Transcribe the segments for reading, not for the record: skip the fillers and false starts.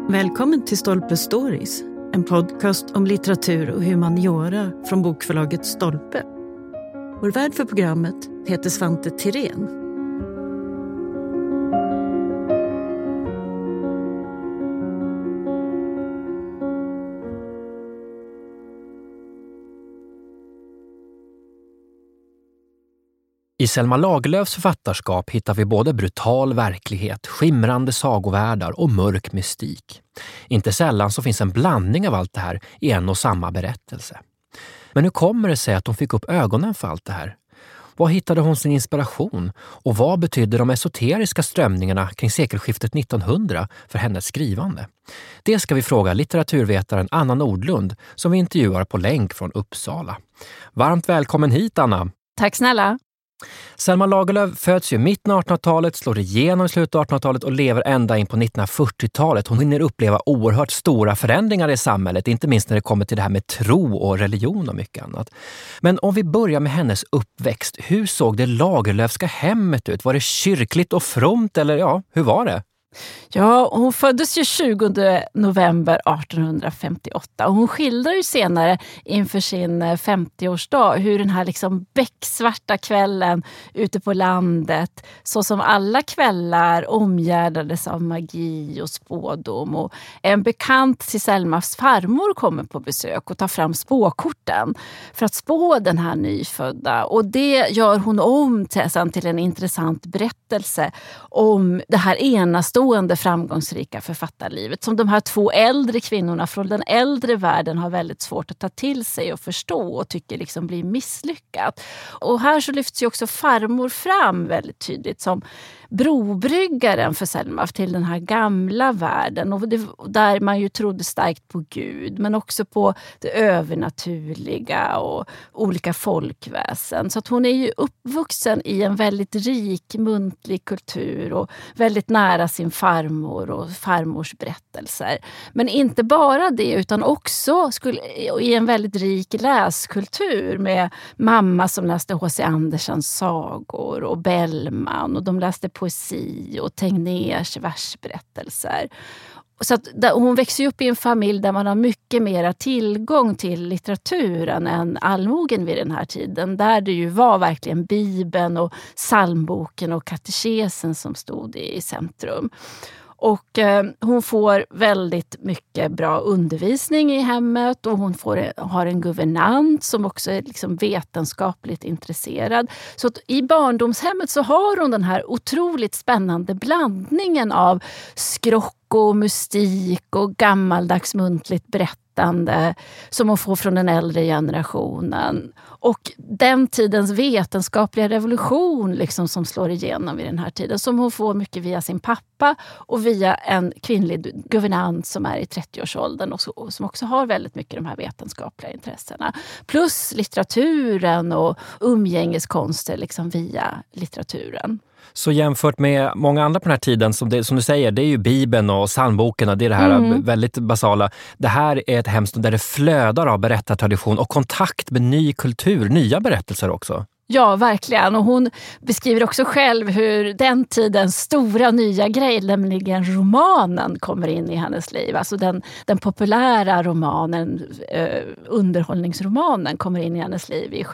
Välkommen till Stolpe Stories, en podcast om litteratur och humaniora från bokförlaget Stolpe. Vår värd för programmet heter Svante Tirén. I Selma Lagerlöfs författarskap hittar vi både brutal verklighet, skimrande sagovärldar och mörk mystik. Inte sällan så finns en blandning av allt det här i en och samma berättelse. Men hur kommer det sig att hon fick upp ögonen för allt det här? Var hittade hon sin inspiration? Och vad betydde de esoteriska strömningarna kring sekelskiftet 1900 för hennes skrivande? Det ska vi fråga litteraturvetaren Anna Nordlund som vi intervjuar på länk från Uppsala. Varmt välkommen hit, Anna! Tack snälla! Selma Lagerlöf föds ju mitten av 1800-talet, slår igenom i slutet av 1800-talet och lever ända in på 1940-talet. Hon hinner uppleva oerhört stora förändringar i samhället, inte minst när det kommer till det här med tro och religion och mycket annat. Men om vi börjar med hennes uppväxt, hur såg det Lagerlöfska hemmet ut? Var det kyrkligt och fromt eller ja, hur var det? Ja, hon föddes ju 20 november 1858 och hon skildrar ju senare inför sin 50-årsdag hur den här liksom becksvarta kvällen ute på landet, så som alla kvällar omgärdades av magi och spådom, och en bekant till Selmas farmor kommer på besök och tar fram spåkorten för att spå den här nyfödda, och det gör hon om till en intressant berättelse om det här enastående framgångsrika författarlivet som de här två äldre kvinnorna från den äldre världen har väldigt svårt att ta till sig och förstå och tycker liksom blir misslyckat. Och här så lyfts ju också farmor fram väldigt tydligt som brobryggaren för Selma till den här gamla världen, och där man ju trodde starkt på Gud men också på det övernaturliga och olika folkväsen. Så att hon är ju uppvuxen i en väldigt rik muntlig kultur och väldigt nära sin farmor och farmors berättelser. Men inte bara det, utan också i en väldigt rik läskultur med mamma som läste H.C. Andersens sagor och Bellman, och de läste poesi och Tegnérs versberättelser. Så att hon växer upp i en familj där man har mycket mer tillgång till litteraturen än allmogen vid den här tiden. Där det ju var verkligen Bibeln och psalmboken och katekesen som stod i centrum. Och hon får väldigt mycket bra undervisning i hemmet, och hon har en guvernant som också är liksom vetenskapligt intresserad. Så att i barndomshemmet så har hon den här otroligt spännande blandningen av skrock och mystik och gammaldags muntligt berättande som hon får från den äldre generationen. Och den tidens vetenskapliga revolution liksom som slår igenom vid den här tiden, som hon får mycket via sin pappa och via en kvinnlig guvernant som är i 30-årsåldern och som också har väldigt mycket de här vetenskapliga intressena. Plus litteraturen och umgängeskonster liksom via litteraturen. Så jämfört med många andra på den här tiden, som du säger, det är ju Bibeln och psalmboken och det är det här väldigt basala. Det här är ett hem där det flödar av berättartradition och kontakt med ny kultur, nya berättelser också. Ja, verkligen. Och hon beskriver också själv hur den tidens stora nya grej, nämligen romanen, kommer in i hennes liv. Alltså den populära romanen, underhållningsromanen, kommer in i hennes liv i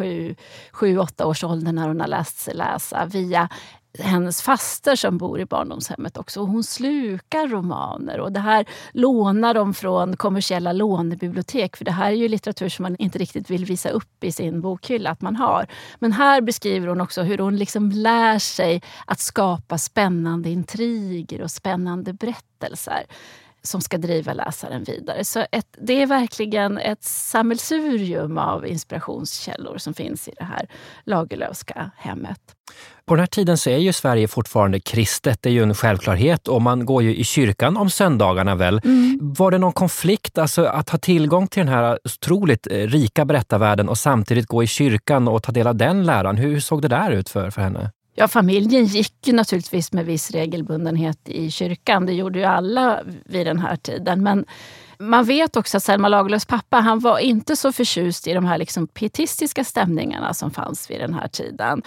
7-8 års ålder när hon har läst sig läsa via hennes faster som bor i barndomshemmet också. Hon slukar romaner, och det här lånar de från kommersiella lånebibliotek, för det här är ju litteratur som man inte riktigt vill visa upp i sin bokhylla att man har. Men här beskriver hon också hur hon liksom lär sig att skapa spännande intriger och spännande berättelser som ska driva läsaren vidare. Så det är verkligen ett sammelsurium av inspirationskällor som finns i det här Lagerlöfska hemmet. På den här tiden så är ju Sverige fortfarande kristet, det är ju en självklarhet, och man går ju i kyrkan om söndagarna väl. Var det någon konflikt, alltså att ha tillgång till den här otroligt rika berättarvärlden och samtidigt gå i kyrkan och ta del av den läran? Hur såg det där ut för henne? Ja, familjen gick ju naturligtvis med viss regelbundenhet i kyrkan. Det gjorde ju alla vid den här tiden. Men man vet också att Selma Lagerlöfs pappa, han var inte så förtjust i de här liksom pietistiska stämningarna som fanns vid den här tiden.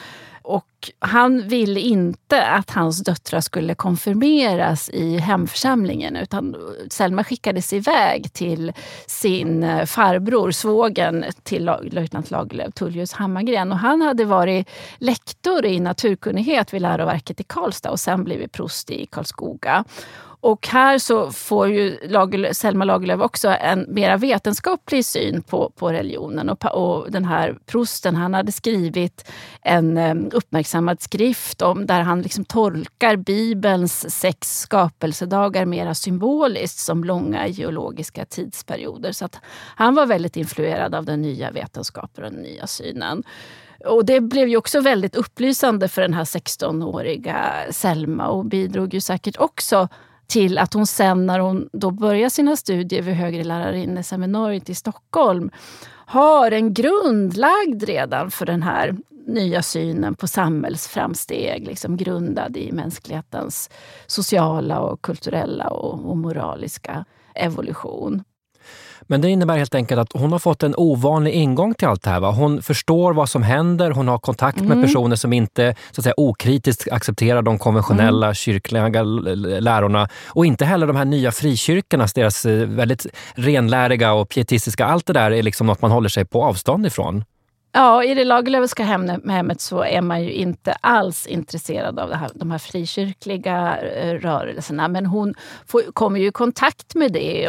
Och han ville inte att hans döttrar skulle konfirmeras i hemförsamlingen, utan Selma skickades iväg till sin farbror, svågen till löjtnant Lagerlöf, Tullius Hammargren. Och han hade varit lektor i naturkunnighet vid läroverket i Karlstad och sen blivit prost i Karlskoga. Och här så får ju Selma Lagerlöf också en mera vetenskaplig syn på religionen. Och den här prosten, han hade skrivit en uppmärksammad skrift där han liksom tolkar Bibelns 6 skapelsedagar mera symboliskt som långa geologiska tidsperioder. Så att han var väldigt influerad av den nya vetenskapen och den nya synen. Och det blev ju också väldigt upplysande för den här 16-åriga Selma och bidrog ju säkert också till att hon sen när hon då börjar sina studier vid högre lärarinneseminariet i Stockholm har en grundlagd redan för den här nya synen på samhällsframsteg, liksom grundad i mänsklighetens sociala och kulturella och moraliska evolution. Men det innebär helt enkelt att hon har fått en ovanlig ingång till allt det här. Va? Hon förstår vad som händer, hon har kontakt med personer som inte så att säga, okritiskt accepterar de konventionella kyrkliga lärorna. Och inte heller de här nya frikyrkornas, deras väldigt renläriga och pietistiska, allt det där är liksom något man håller sig på avstånd ifrån. Ja, i det Lagerlöfska hemmet så är man ju inte alls intresserad av de här frikyrkliga rörelserna. Men hon kommer ju i kontakt med det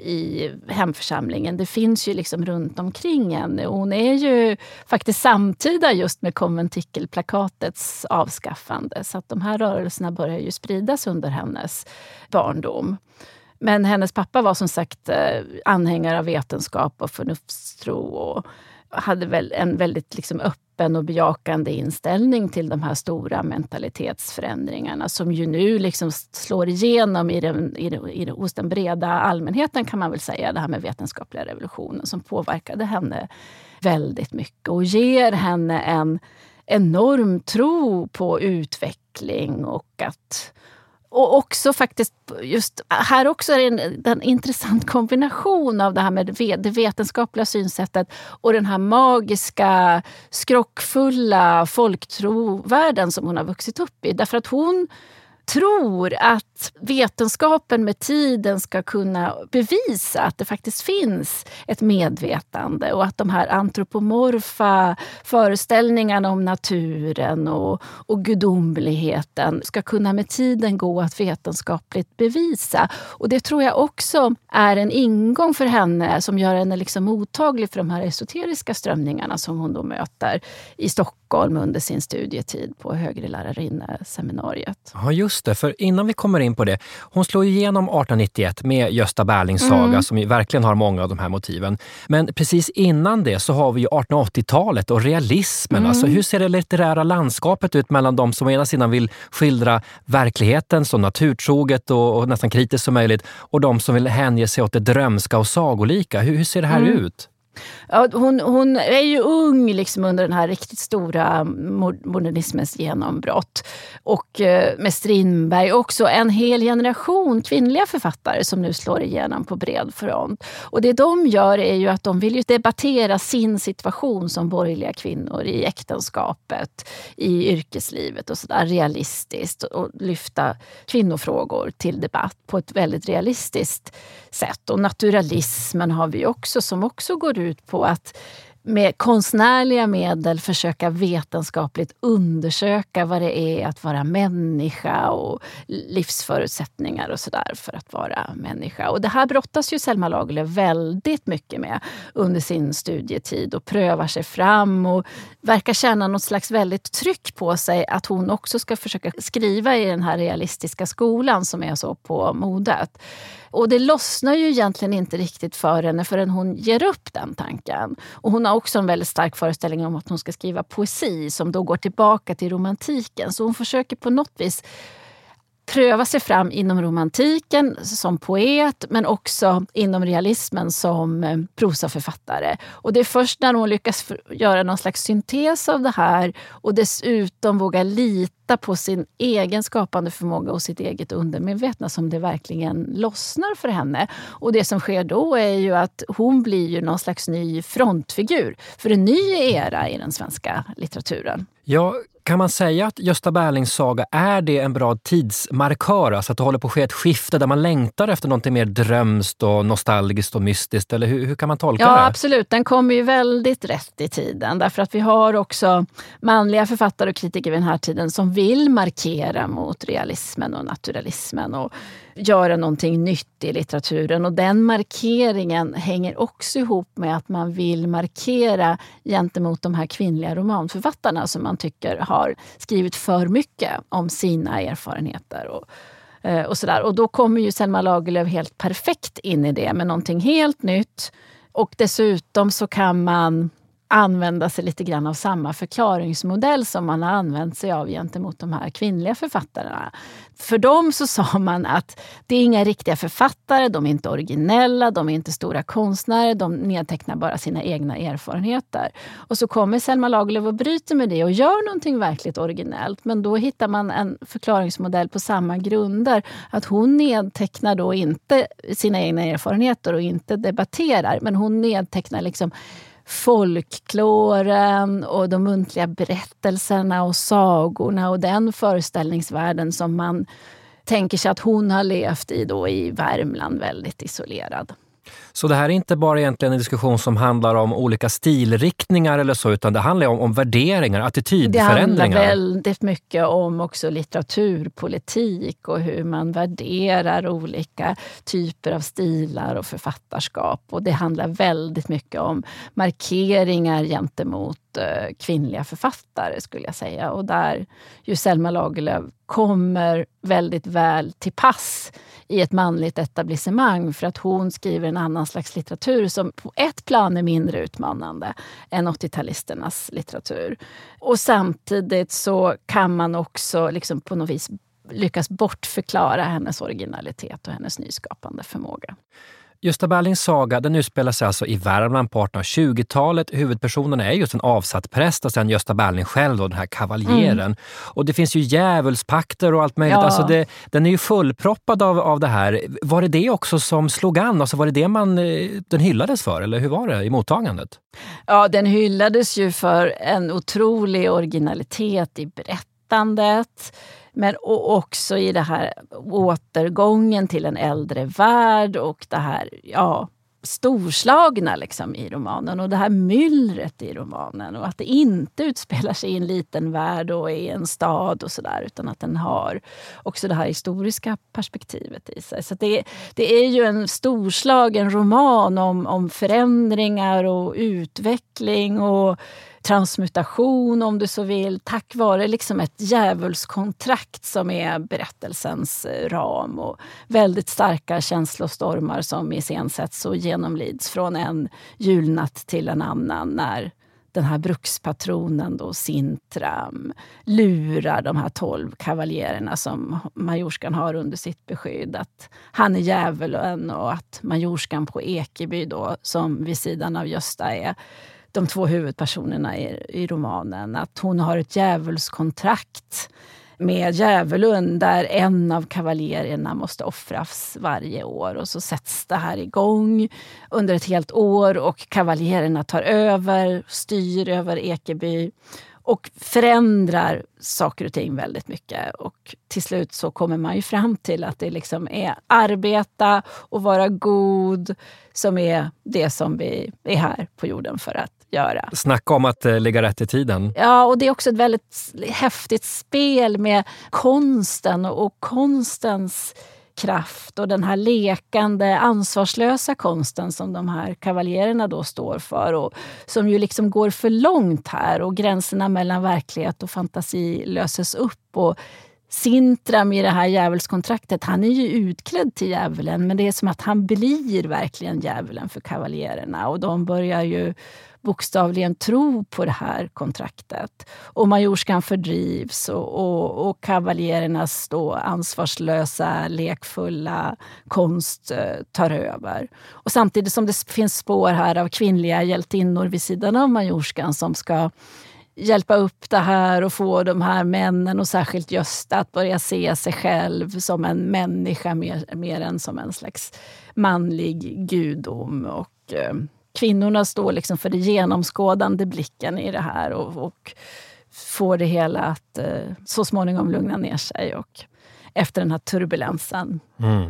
i hemförsamlingen. Det finns ju liksom runt omkring henne. Hon är ju faktiskt samtida just med konventikelplakatets avskaffande. Så att de här rörelserna börjar ju spridas under hennes barndom. Men hennes pappa var som sagt anhängare av vetenskap och förnuftstro och hade väl en väldigt liksom öppen och bejakande inställning till de här stora mentalitetsförändringarna som ju nu liksom slår igenom hos den breda allmänheten, kan man väl säga, det här med vetenskapliga revolutionen som påverkade henne väldigt mycket och ger henne en enorm tro på utveckling och också faktiskt, just här också är det en intressant kombination av det här med det vetenskapliga synsättet och den här magiska, skrockfulla folktrovärlden som hon har vuxit upp i. Därför att hon tror att vetenskapen med tiden ska kunna bevisa att det faktiskt finns ett medvetande och att de här antropomorfa föreställningarna om naturen och gudomligheten ska kunna med tiden gå att vetenskapligt bevisa. Och det tror jag också är en ingång för henne som gör henne liksom mottaglig för de här esoteriska strömningarna som hon då möter i Stockholm under sin studietid på högre lärarinneseminariet. Ja, just det. För innan vi kommer in på det, hon slår igenom 1891 med Gösta Berlings saga som verkligen har många av de här motiven. Men precis innan det så har vi ju 1880-talet och realismen. Alltså hur ser det litterära landskapet ut mellan de som å ena sidan vill skildra verkligheten så naturtroget och nästan kritiskt som möjligt och de som vill hänge sig åt det drömska och sagolika? Hur ser det här ut? Ja, hon är ju ung liksom under den här riktigt stora modernismens genombrott. Och med Strindberg också en hel generation kvinnliga författare som nu slår igenom på bred front. Och det de gör är ju att de vill ju debattera sin situation som borgerliga kvinnor i äktenskapet, i yrkeslivet och sådär realistiskt och lyfta kvinnofrågor till debatt på ett väldigt realistiskt sätt. Och naturalismen har vi också som också går ut på att med konstnärliga medel försöka vetenskapligt undersöka vad det är att vara människa och livsförutsättningar och sådär för att vara människa. Och det här brottas ju Selma Lagerlöf väldigt mycket med under sin studietid och prövar sig fram och verkar känna något slags väldigt tryck på sig att hon också ska försöka skriva i den här realistiska skolan som är så på modet. Och det lossnar ju egentligen inte riktigt för henne förrän hon ger upp den tanken. Och hon har också en väldigt stark föreställning om att hon ska skriva poesi som då går tillbaka till romantiken. Så hon försöker på något vis pröva sig fram inom romantiken som poet men också inom realismen som prosaförfattare. Och det är först när hon lyckas göra någon slags syntes av det här och dessutom våga lita lita på sin egen skapande förmåga och sitt eget undermedvetna som det verkligen lossnar för henne. Och det som sker då är ju att hon blir ju någon slags ny frontfigur för en ny era i den svenska litteraturen. Ja, kan man säga att Gösta Berlings saga, är det en bra tidsmarkör? Alltså att det håller på att ske ett skifte där man längtar efter något mer drömskt och nostalgiskt och mystiskt? Eller hur kan man tolka det? Ja, absolut. Den kommer ju väldigt rätt i tiden. Därför att vi har också manliga författare och kritiker vid den här tiden som vill markera mot realismen och naturalismen och göra någonting nytt i litteraturen. Och den markeringen hänger också ihop med att man vill markera gentemot de här kvinnliga romanförfattarna som man tycker har skrivit för mycket om sina erfarenheter och sådär. Och då kommer ju Selma Lagerlöf helt perfekt in i det med någonting helt nytt. Och dessutom så kan man använda sig lite grann av samma förklaringsmodell som man har använt sig av gentemot de här kvinnliga författarna. För dem så sa man att det är inga riktiga författare, de är inte originella, de är inte stora konstnärer, de nedtecknar bara sina egna erfarenheter. Och så kommer Selma Lagerlöf och bryter med det och gör någonting verkligt originellt. Men då hittar man en förklaringsmodell på samma grunder. Att hon nedtecknar då inte sina egna erfarenheter och inte debatterar, men hon nedtecknar liksom folkloren och de muntliga berättelserna och sagorna och den föreställningsvärlden som man tänker sig att hon har levt i då i Värmland väldigt isolerad. Så det här är inte bara egentligen en diskussion som handlar om olika stilriktningar eller så, utan det handlar om värderingar, attitydförändringar. Det handlar väldigt mycket om också litteraturpolitik och hur man värderar olika typer av stilar och författarskap. Och det handlar väldigt mycket om markeringar gentemot kvinnliga författare skulle jag säga. Och där ju Selma Lagerlöf kommer väldigt väl till pass i ett manligt etablissemang för att hon skriver en annan slags litteratur som på ett plan är mindre utmanande än 80-talisternas litteratur. Och samtidigt så kan man också liksom på något vis lyckas bortförklara hennes originalitet och hennes nyskapande förmåga. Gösta Berlings saga, den utspelar sig alltså i Värmland på 1820-talet. Huvudpersonen är just en avsatt präst och sen Gösta Berling själv då, den här kavaljeren. Och det finns ju djävulspakter och allt möjligt. Ja. Alltså den är ju fullproppad av det här. Var det också som slog an? Alltså var det den hyllades för? Eller hur var det i mottagandet? Ja, den hyllades ju för en otrolig originalitet i berättandet. Men också i det här återgången till en äldre värld och det här storslagna liksom i romanen och det här myllret i romanen och att det inte utspelar sig i en liten värld och i en stad och sådär utan att den har också det här historiska perspektivet i sig. Så det är ju en storslagen roman om förändringar och utveckling och transmutation om du så vill, tack vare liksom ett djävulskontrakt som är berättelsens ram och väldigt starka känslostormar som iscensätts och genomlids från en julnatt till en annan när den här brukspatronen då Sintram lurar de här 12 kavaljererna som majorskan har under sitt beskydd att han är djävulen och att majorskan på Ekeby då som vid sidan av Gösta är de 2 huvudpersonerna i romanen, att hon har ett djävulskontrakt med djävulen där en av kavaljerierna måste offras varje år och så sätts det här igång under ett helt år och kavaljerierna tar över, styr över Ekeby och förändrar saker och ting väldigt mycket och till slut så kommer man ju fram till att det liksom är arbeta och vara god som är det som vi är här på jorden för att göra. Snacka om att ligga rätt i tiden. Ja, och det är också ett väldigt häftigt spel med konsten och konstens kraft och den här lekande, ansvarslösa konsten som de här kavaljererna då står för och som ju liksom går för långt här och gränserna mellan verklighet och fantasi löses upp och Sintram i det här djävulskontraktet, han är ju utklädd till djävulen men det är som att han blir verkligen djävulen för kavaljererna och de börjar ju bokstavligen tro på det här kontraktet. Och majorskan fördrivs och kavaljerernas då ansvarslösa, lekfulla konst tar över. Och samtidigt som det finns spår här av kvinnliga hjältinnor vid sidan av majorskan som ska hjälpa upp det här och få de här männen och särskilt Gösta att börja se sig själv som en människa mer än som en slags manlig gudom. Och kvinnorna står liksom för det genomskådande blicken i det här och får det hela att så småningom lugna ner sig och efter den här turbulensen.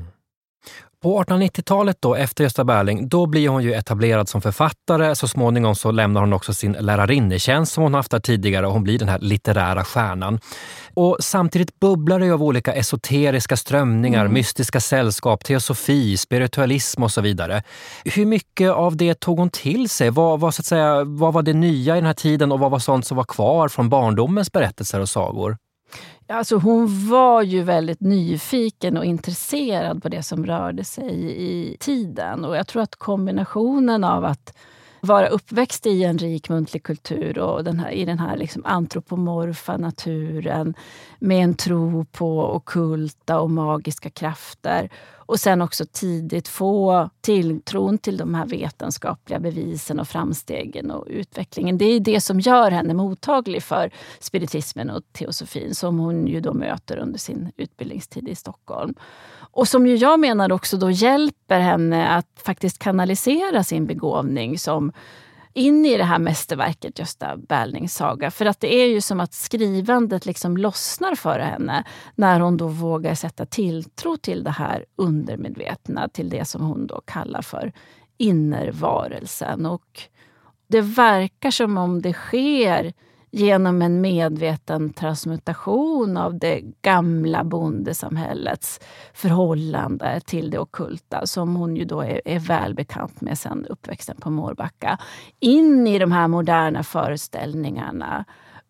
På 1890-talet då, efter Gösta Berling, då blir hon ju etablerad som författare. Så småningom så lämnar hon också sin lärarinnetjänst som hon haft där tidigare och hon blir den här litterära stjärnan. Och samtidigt bubblar det av olika esoteriska strömningar, mystiska sällskap, teosofi, spiritualism och så vidare. Hur mycket av det tog hon till sig? Vad var det nya i den här tiden och vad var sånt som var kvar från barndomens berättelser och sagor? Alltså hon var ju väldigt nyfiken och intresserad på det som rörde sig i tiden. Och jag tror att kombinationen av att vara uppväxt i en rik muntlig kultur och i den här liksom antropomorfa naturen med en tro på ockulta och magiska krafter och sen också tidigt få tilltron till de här vetenskapliga bevisen och framstegen och utvecklingen. Det är det som gör henne mottaglig för spiritismen och teosofin som hon ju då möter under sin utbildningstid i Stockholm. Och som ju jag menar också då hjälper henne att faktiskt kanalisera sin begåvning som in i det här mästerverket Gösta Berlings saga. För att det är ju som att skrivandet liksom lossnar för henne när hon då vågar sätta tilltro till det här undermedvetna, till det som hon då kallar för innervarelsen. Och det verkar som om det sker genom en medveten transmutation av det gamla bondesamhällets förhållande till det ockulta som hon ju då är välbekant med sedan uppväxten på Mårbacka in i de här moderna föreställningarna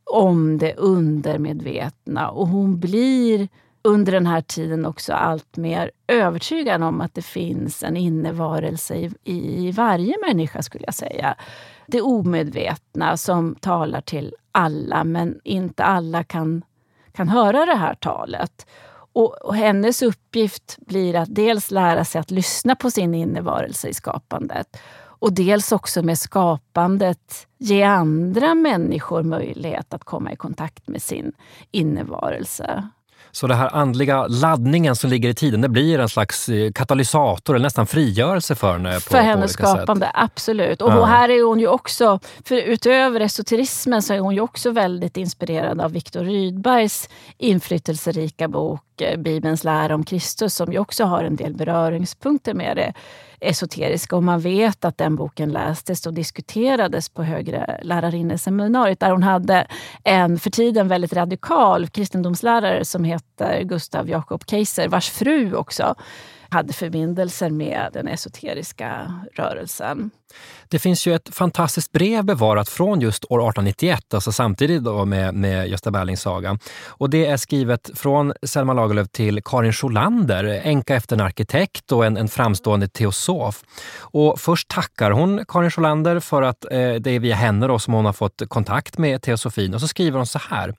om det undermedvetna och hon blir under den här tiden också allt mer övertygad om att det finns en innevarelse i varje människa skulle jag säga. Det omedvetna som talar till alla men inte alla kan höra det här talet. Och hennes uppgift blir att dels lära sig att lyssna på sin innevarelse i skapandet och dels också med skapandet ge andra människor möjlighet att komma i kontakt med sin innevarelse. Så det här andliga laddningen som ligger i tiden, det blir en slags katalysator eller nästan frigörelse för henne för hennes skapande, sätt. Absolut. Och här är hon ju också, för utöver esoterismen så är hon ju också väldigt inspirerad av Viktor Rydbergs inflytelserika bok Bibelns lära om Kristus som ju också har en del beröringspunkter med det esoteriska. Och man vet att den boken lästes och diskuterades på högre lärarinneseminariet där hon hade en för tiden väldigt radikal kristendomslärare som heter Gustav Jakob Kaiser vars fru också hade förbindelser med den esoteriska rörelsen. Det finns ju ett fantastiskt brev bevarat från just år 1891, alltså samtidigt då med Gösta Berlings saga. Och det är skrivet från Selma Lagerlöf till Karin Scholander, änka efter en arkitekt och en framstående teosof. Och först tackar hon Karin Scholander för att det är via henne då som hon har fått kontakt med teosofin. Och så skriver hon så här: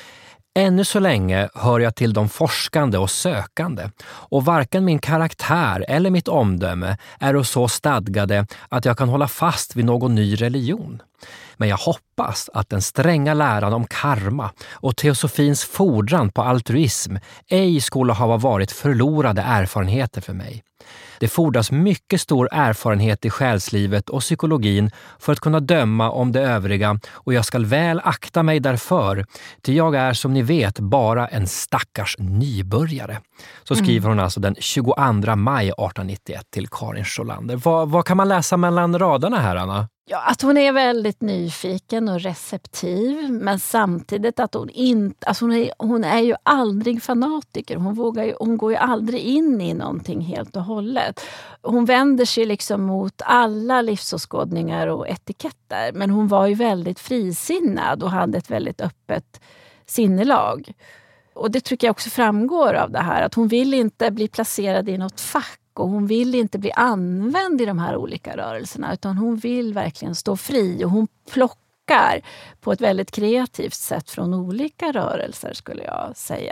ännu så länge hör jag till de forskande och sökande och varken min karaktär eller mitt omdöme är så stadgade att jag kan hålla fast vid någon ny religion. Men jag hoppas att den stränga läran om karma och teosofins fordran på altruism ej skulle ha varit förlorade erfarenheter för mig. Det fordras mycket stor erfarenhet i själslivet och psykologin för att kunna döma om det övriga och jag ska väl akta mig därför, till jag är som ni vet bara en stackars nybörjare. Så skriver hon alltså den 22 maj 1891 till Karin Scholander. Vad kan man läsa mellan raderna här, Anna? Ja, att hon är väldigt nyfiken och receptiv, men samtidigt att hon inte, alltså hon är ju aldrig fanatiker. Hon går ju aldrig in i någonting helt och hållet. Hon vänder sig liksom mot alla livsåskådningar och etiketter, men hon var ju väldigt frisinnad och hade ett väldigt öppet sinnelag. Och det tycker jag också framgår av det här, att hon vill inte bli placerad i något fack. Och hon vill inte bli använd i de här olika rörelserna utan hon vill verkligen stå fri och hon plockar på ett väldigt kreativt sätt från olika rörelser skulle jag säga.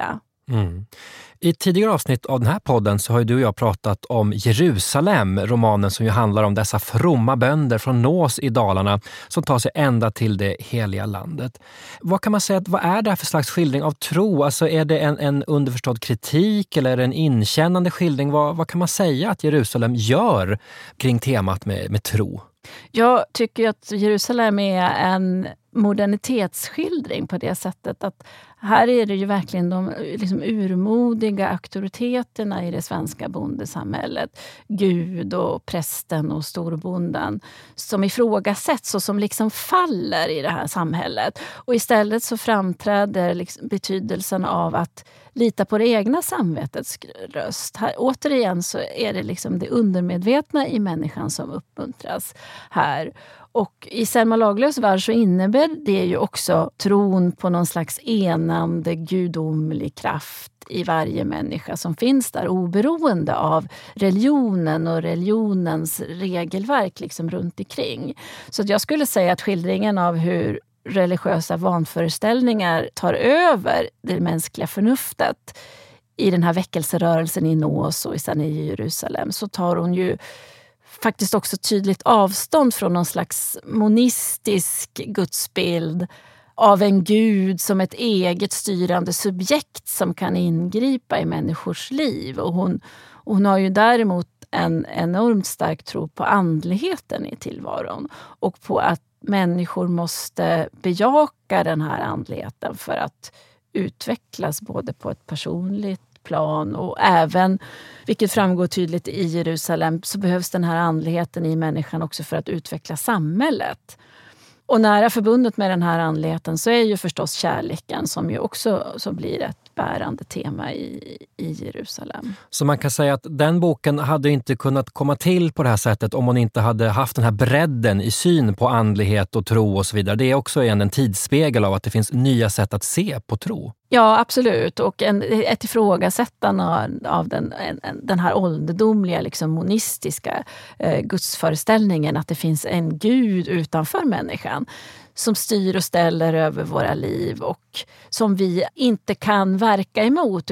Mm. I tidigare avsnitt av den här podden så har ju du och jag pratat om Jerusalem, romanen som ju handlar om dessa fromma bönder från Nås i Dalarna som tar sig ända till det heliga landet. Vad kan man säga, vad är det här för slags skildring av tro? Alltså är det en underförstådd kritik eller är det en inkännande skildring? Vad kan man säga att Jerusalem gör kring temat med tro? Jag tycker att Jerusalem är en modernitetsskildring på det sättet att här är det ju verkligen de liksom urmodiga auktoriteterna i det svenska bondesamhället, Gud och prästen och storbonden, som ifrågasätts och som liksom faller i det här samhället. Och istället så framträder liksom betydelsen av att lita på det egna samvetets röst. Här, återigen så är det liksom det undermedvetna i människan som uppmuntras här. Och i Selma Lagerlöfs värld så innebär det ju också tron på någon slags enande gudomlig kraft i varje människa som finns där, oberoende av religionen och religionens regelverk liksom runt omkring. Så att jag skulle säga att skildringen av hur religiösa vanföreställningar tar över det mänskliga förnuftet i den här väckelserörelsen i Nås och sen i Jerusalem, så tar hon ju faktiskt också tydligt avstånd från någon slags monistisk gudsbild av en gud som ett eget styrande subjekt som kan ingripa i människors liv. Och hon har ju däremot en enormt stark tro på andligheten i tillvaron och på att människor måste bejaka den här andligheten för att utvecklas både på ett personligt plan och även, vilket framgår tydligt i Jerusalem, så behövs den här andligheten i människan också för att utveckla samhället. Och nära förbundet med den här andligheten så är ju förstås kärleken som ju också så blir ett bärande tema i Jerusalem. Så man kan säga att den boken hade inte kunnat komma till på det här sättet om hon inte hade haft den här bredden i syn på andlighet och tro och så vidare. Det är också en tidsspegel av att det finns nya sätt att se på tro. Ja, absolut. Och ett ifrågasättande av den här ålderdomliga liksom monistiska gudsföreställningen att det finns en gud utanför människan som styr och ställer över våra liv och som vi inte kan verka emot,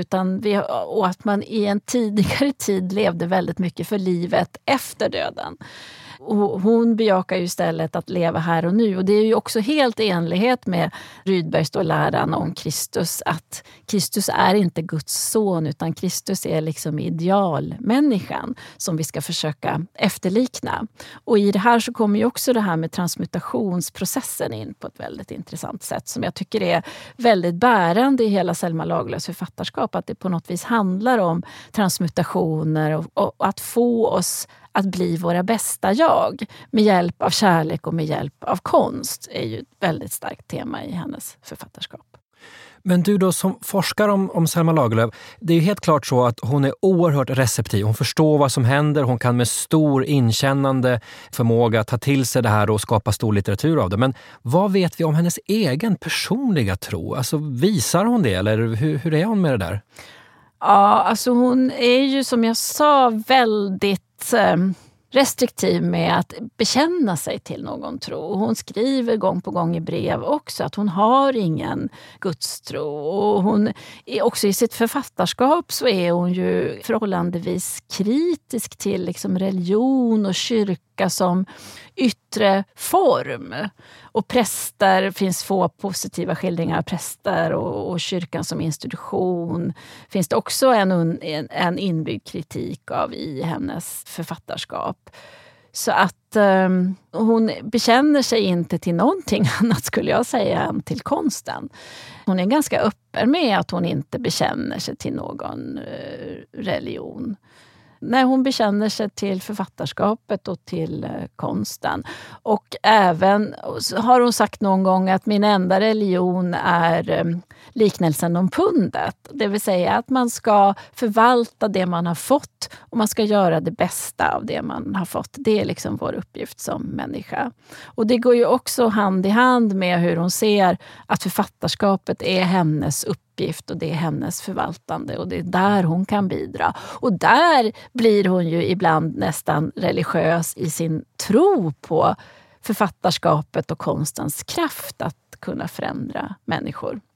och att man i en tidigare tid levde väldigt mycket för livet efter döden. Och hon bejakar ju istället att leva här och nu. Och det är ju också helt i enlighet med Rydbergs då läran om Kristus, att Kristus är inte Guds son utan Kristus är liksom idealmänniskan som vi ska försöka efterlikna. Och i det här så kommer ju också det här med transmutationsprocessen in på ett väldigt intressant sätt som jag tycker är väldigt bärande i hela Selma Lagerlöfs författarskap. Att det på något vis handlar om transmutationer och att få oss att bli våra bästa jag med hjälp av kärlek och med hjälp av konst är ju ett väldigt starkt tema i hennes författarskap. Men du då som forskar om Selma Lagerlöf, det är ju helt klart så att hon är oerhört receptiv. Hon förstår vad som händer, hon kan med stor inkännande förmåga ta till sig det här och skapa stor litteratur av det. Men vad vet vi om hennes egen personliga tro? Alltså visar hon det eller hur är hon med det där? Ja, alltså hon är ju som jag sa väldigt restriktiv med att bekänna sig till någon tro. Hon skriver gång på gång i brev också att hon har ingen gudstro. Och hon är också i sitt författarskap så är hon ju förhållandevis kritisk till liksom religion och kyrka som yttre form. Och präster, finns få positiva skildringar av präster och kyrkan som institution. Finns det också en inbyggd kritik av i hennes författarskap. Så att hon bekänner sig inte till någonting annat skulle jag säga än till konsten. Hon är ganska öppen med att hon inte bekänner sig till någon religion. När hon bekänner sig till författarskapet och till konsten. Och även har hon sagt någon gång att min enda religion är liknelsen om pundet. Det vill säga att man ska förvalta det man har fått och man ska göra det bästa av det man har fått. Det är liksom vår uppgift som människa. Och det går ju också hand i hand med hur hon ser att författarskapet är hennes uppgift och det är hennes förvaltande och det är där hon kan bidra. Och där blir hon ju ibland nästan religiös i sin tro på författarskapet och konstens kraft att kunna förändra människor.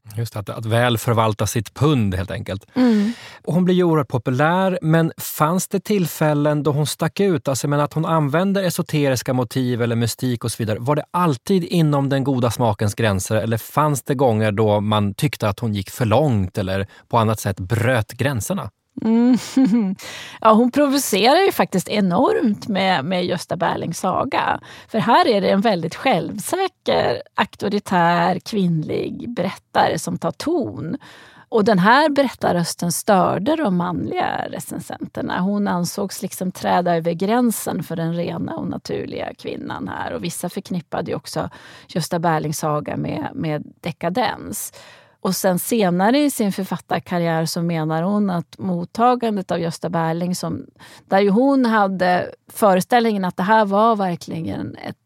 Just att väl förvalta sitt pund helt enkelt. Mm. Och hon blir ju oerhört populär, men fanns det tillfällen då hon stack ut? Alltså men att hon använder esoteriska motiv eller mystik och så vidare. Var det alltid inom den goda smakens gränser eller fanns det gånger då man tyckte att hon gick för långt eller på annat sätt bröt gränserna? Mm. Ja, hon provocerar ju faktiskt enormt med Gösta Berlings saga. För här är det en väldigt självsäker, auktoritär, kvinnlig berättare som tar ton. Och den här berättarrösten störde de manliga recensenterna. Hon ansågs liksom träda över gränsen för den rena och naturliga kvinnan här. Och vissa förknippade ju också Gösta Berlings saga med dekadens. Och sen senare i sin författarkarriär så menar hon att mottagandet av Gösta Berling, där ju hon hade föreställningen att det här var verkligen ett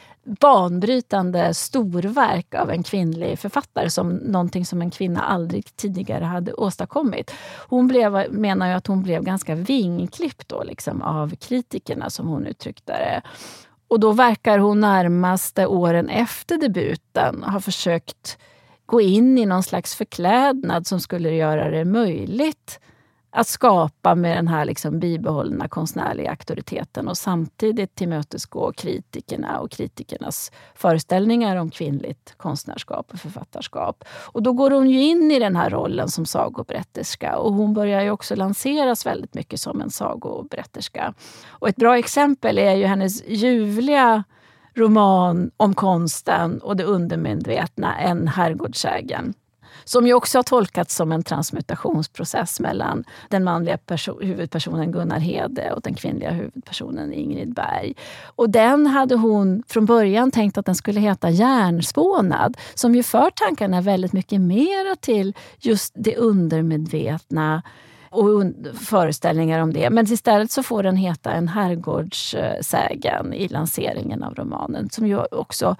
banbrytande storverk av en kvinnlig författare, som någonting som en kvinna aldrig tidigare hade åstadkommit. Menar ju att hon blev ganska vingklippt då liksom av kritikerna, som hon uttryckte det. Och då verkar hon närmaste åren efter debuten ha försökt gå in i någon slags förklädnad som skulle göra det möjligt att skapa med den här liksom bibehållna konstnärliga auktoriteten och samtidigt tillmötesgå kritikerna och kritikernas föreställningar om kvinnligt konstnärskap och författarskap. Och då går hon ju in i den här rollen som sagoberätterska och hon börjar ju också lanseras väldigt mycket som en sagoberätterska. Och ett bra exempel är ju hennes ljuvliga roman om konsten och det undermedvetna, En herrgårdssägen, som ju också har tolkats som en transmutationsprocess mellan den manliga huvudpersonen Gunnar Hede och den kvinnliga huvudpersonen Ingrid Berg. Och den hade hon från början tänkt att den skulle heta Järnspånad, som ju för tankarna väldigt mycket mera till just det undermedvetna och föreställningar om det. Men istället så får den heta En herrgårdssägen i lanseringen av romanen, som ju också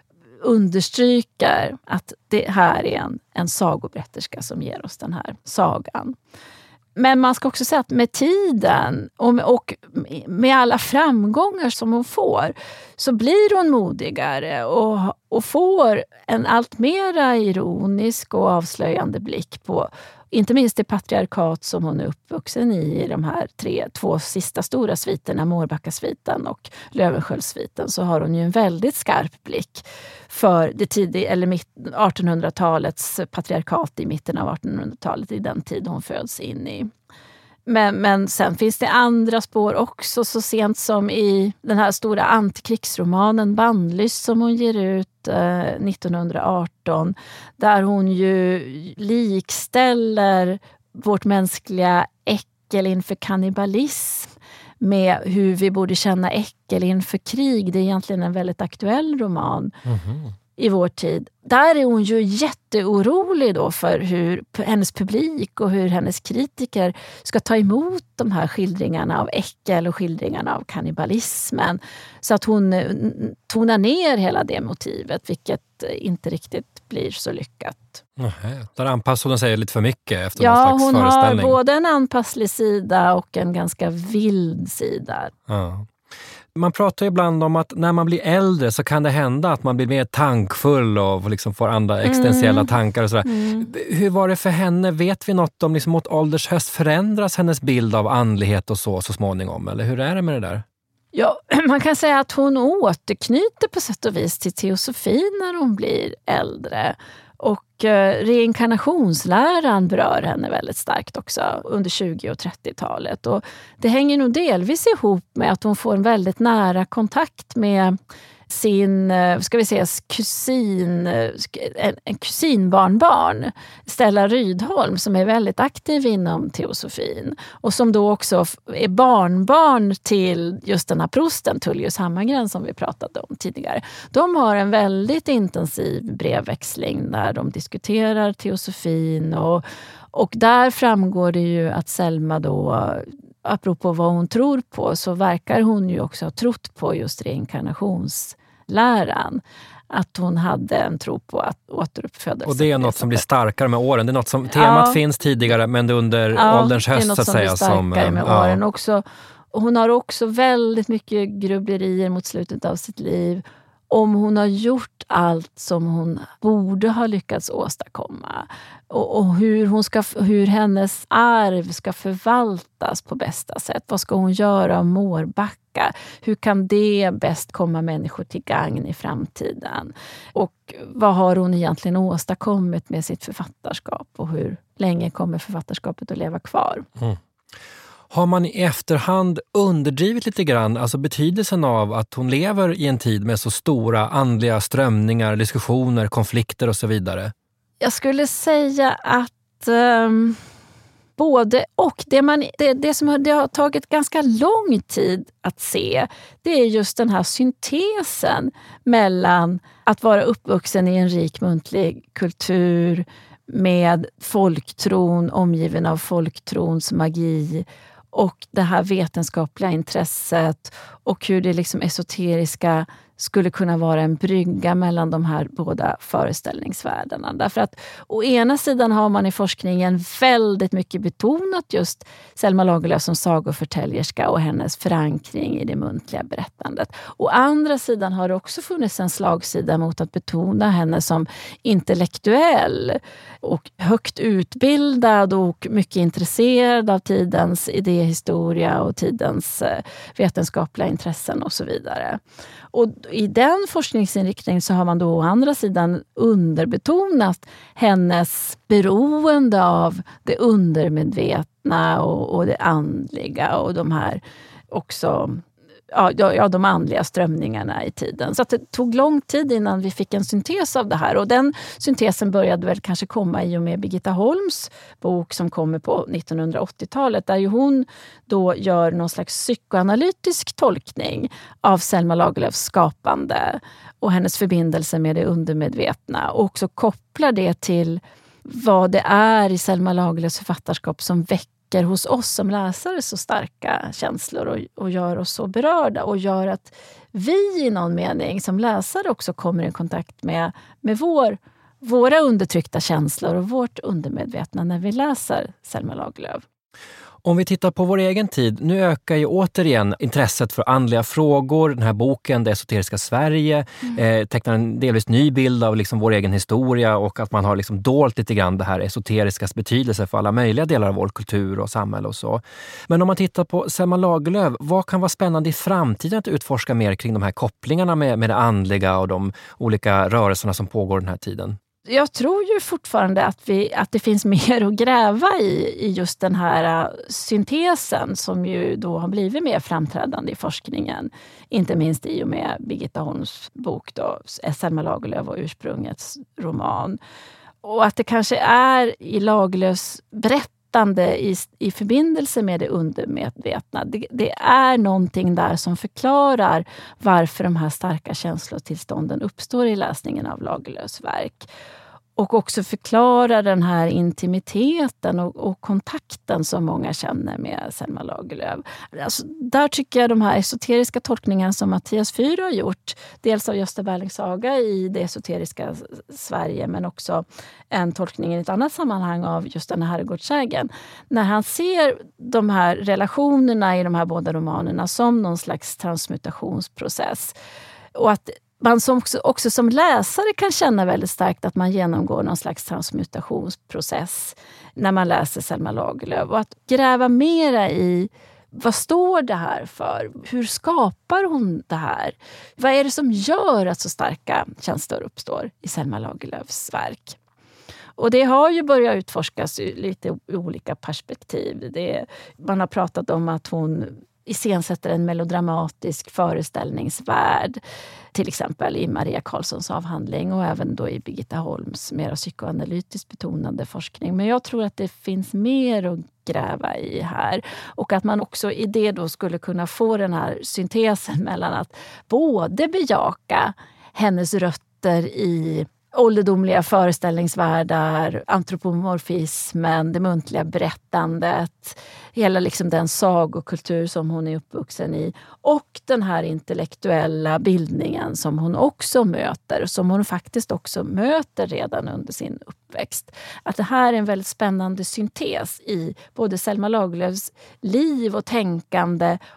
understryker att det här är en sagoberätterska som ger oss den här sagan. Men man ska också säga att med tiden och med alla framgångar som hon får så blir hon modigare och får en allt mera ironisk och avslöjande blick på inte minst det patriarkat som hon är uppvuxen i de här två sista stora sviterna, Mårbackasviten och Löwenskiöldsviten, så har hon ju en väldigt skarp blick för det 1800-talets patriarkat i mitten av 1800-talet, i den tid hon föds in i. Men sen finns det andra spår också, så sent som i den här stora antikrigsromanen Bannlyst som hon ger ut 1918, där hon ju likställer vårt mänskliga äckel inför kannibalism med hur vi borde känna äckel inför krig. Det är egentligen en väldigt aktuell roman. Mm-hmm. I vår tid. Där är hon ju jätteorolig då för hur hennes publik och hur hennes kritiker ska ta emot de här skildringarna av äckel och skildringarna av kannibalismen. Så att hon tonar ner hela det motivet, vilket inte riktigt blir så lyckat. Där anpassar hon sig lite för mycket efter någon slags föreställning. Ja, hon har både en anpasslig sida och en ganska vild sida. Ja. Man pratar ibland om att när man blir äldre så kan det hända att man blir mer tankfull och liksom får andra existentiella tankar och sådär. Mm. Hur var det för henne? Vet vi något om liksom mot ålders höst förändras hennes bild av andlighet och så småningom? Eller hur är det med det där? Ja, man kan säga att hon återknyter på sätt och vis till teosofin när hon blir äldre. Och reinkarnationsläran berör henne väldigt starkt också under 20- och 30-talet. Och det hänger nog delvis ihop med att hon får en väldigt nära kontakt med sin, kusinbarnbarn, Stella Rydholm, som är väldigt aktiv inom teosofin och som då också är barnbarn till just den här prosten Tullius Hammargren som vi pratade om tidigare. De har en väldigt intensiv brevväxling där de diskuterar teosofin och där framgår det ju att Selma då, apropå vad hon tror på, så verkar hon ju också ha trott på just reinkarnationsläran. Att hon hade en tro på att återuppfödelse. Och det är något som blir starkare med åren. Det är något som temat finns tidigare, men det under ålderns höst så att säga. Det är något som blir starkare med åren också. Hon har också väldigt mycket grubblerier mot slutet av sitt liv. om hon har gjort allt som hon borde ha lyckats åstadkomma. Och hur hennes arv ska förvaltas på bästa sätt. Vad ska hon göra av Mårbacka? Hur kan det bäst komma människor till gagn i framtiden? Och vad har hon egentligen åstadkommit med sitt författarskap? Och hur länge kommer författarskapet att leva kvar? Mm. Har man i efterhand underdrivit lite grann, alltså betydelsen av att hon lever i en tid med så stora andliga strömningar, diskussioner, konflikter och så vidare? Jag skulle säga att både och. Det som det har tagit ganska lång tid att se, det är just den här syntesen mellan att vara uppvuxen i en rik muntlig kultur med folktron, omgiven av folktrons magi, och det här vetenskapliga intresset och hur det liksom esoteriska skulle kunna vara en brygga mellan de här båda föreställningsvärldarna. Därför att å ena sidan har man i forskningen väldigt mycket betonat just Selma Lagerlöf som sagoförtäljerska och hennes förankring i det muntliga berättandet. Å andra sidan har det också funnits en slagsida mot att betona henne som intellektuell och högt utbildad och mycket intresserad av tidens idéhistoria och tidens vetenskapliga intressen och så vidare. Och i den forskningsinriktningen så har man då å andra sidan underbetonat hennes beroende av det undermedvetna och det andliga och de här också de andliga strömningarna i tiden. Så att det tog lång tid innan vi fick en syntes av det här. Och den syntesen började väl kanske komma i och med Birgitta Holms bok som kommer på 1980-talet. Där ju hon då gör någon slags psykoanalytisk tolkning av Selma Lagerlöfs skapande och hennes förbindelse med det undermedvetna. Och också kopplar det till vad det är i Selma Lagerlöfs författarskap som väcker hos oss som läsare så starka känslor och gör oss så berörda och gör att vi i någon mening som läsare också kommer i kontakt med våra undertryckta känslor och vårt undermedvetna när vi läser Selma Lagerlöf. Om vi tittar på vår egen tid, nu ökar ju återigen intresset för andliga frågor. Den här boken, Det esoteriska Sverige, tecknar en delvis ny bild av liksom vår egen historia och att man har liksom dolt lite grann det här esoteriskas betydelse för alla möjliga delar av vår kultur och samhälle och så. Men om man tittar på Selma Lagerlöf, vad kan vara spännande i framtiden att utforska mer kring de här kopplingarna med det andliga och de olika rörelserna som pågår den här tiden? Jag tror ju fortfarande att det finns mer att gräva i just den här syntesen som ju då har blivit mer framträdande i forskningen. Inte minst i och med Birgitta Holms bok då, Selma Lagerlöf och ursprungets roman. Och att det kanske är i Lagerlöfs berättande i förbindelse med det undermedvetna. Det är någonting där som förklarar varför de här starka känslotillstånden uppstår i läsningen av Lagerlöfs verk. Och också förklara den här intimiteten och kontakten som många känner med Selma Lagerlöf. Alltså, där tycker jag de här esoteriska tolkningarna som Mattias Fyhr har gjort, dels av Gösta Berlings saga i det esoteriska Sverige, men också en tolkning i ett annat sammanhang av just den här herrgårdsägen. När han ser de här relationerna i de här båda romanerna som någon slags transmutationsprocess. Och att man också som läsare kan känna väldigt starkt att man genomgår någon slags transmutationsprocess när man läser Selma Lagerlöf. Och att gräva mera i vad står det här för? Hur skapar hon det här? Vad är det som gör att så starka känslor uppstår i Selma Lagerlöfs verk? Och det har ju börjat utforskas lite i olika perspektiv. Man har pratat om att hon iscensätter en melodramatisk föreställningsvärld, till exempel i Maria Karlssons avhandling och även då i Birgitta Holms mer psykoanalytiskt betonande forskning. Men jag tror att det finns mer att gräva i här och att man också i det då skulle kunna få den här syntesen mellan att både bejaka hennes rötter i ålderdomliga föreställningsvärldar, antropomorfismen, det muntliga berättandet, hela liksom den sagokultur som hon är uppvuxen i och den här intellektuella bildningen som hon också möter, som hon faktiskt också möter redan under sin uppväxt. Att det här är en väldigt spännande syntes i både Selma Lagerlöfs liv och tänkande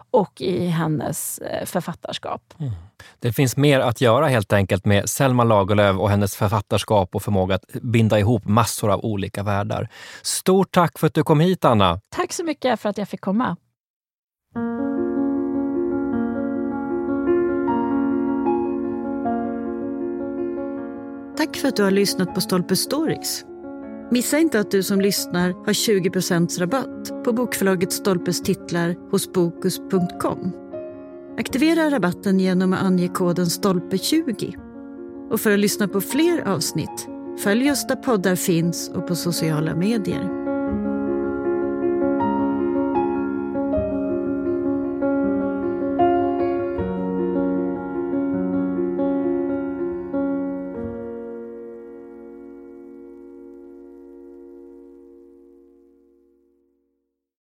och i hennes författarskap. Det finns mer att göra helt enkelt med Selma Lagerlöf och hennes författarskap och förmåga att binda ihop massor av olika världar. Stort tack för att du kom hit, Anna. Tack så mycket för att jag fick komma. Tack för att du har lyssnat på Stolpe Stories. Missa inte att du som lyssnar har 20% rabatt på bokförlaget Stolpes titlar hos Bokus.com. Aktivera rabatten genom att ange koden STOLPE20. Och för att lyssna på fler avsnitt, följ oss där poddar finns och på sociala medier.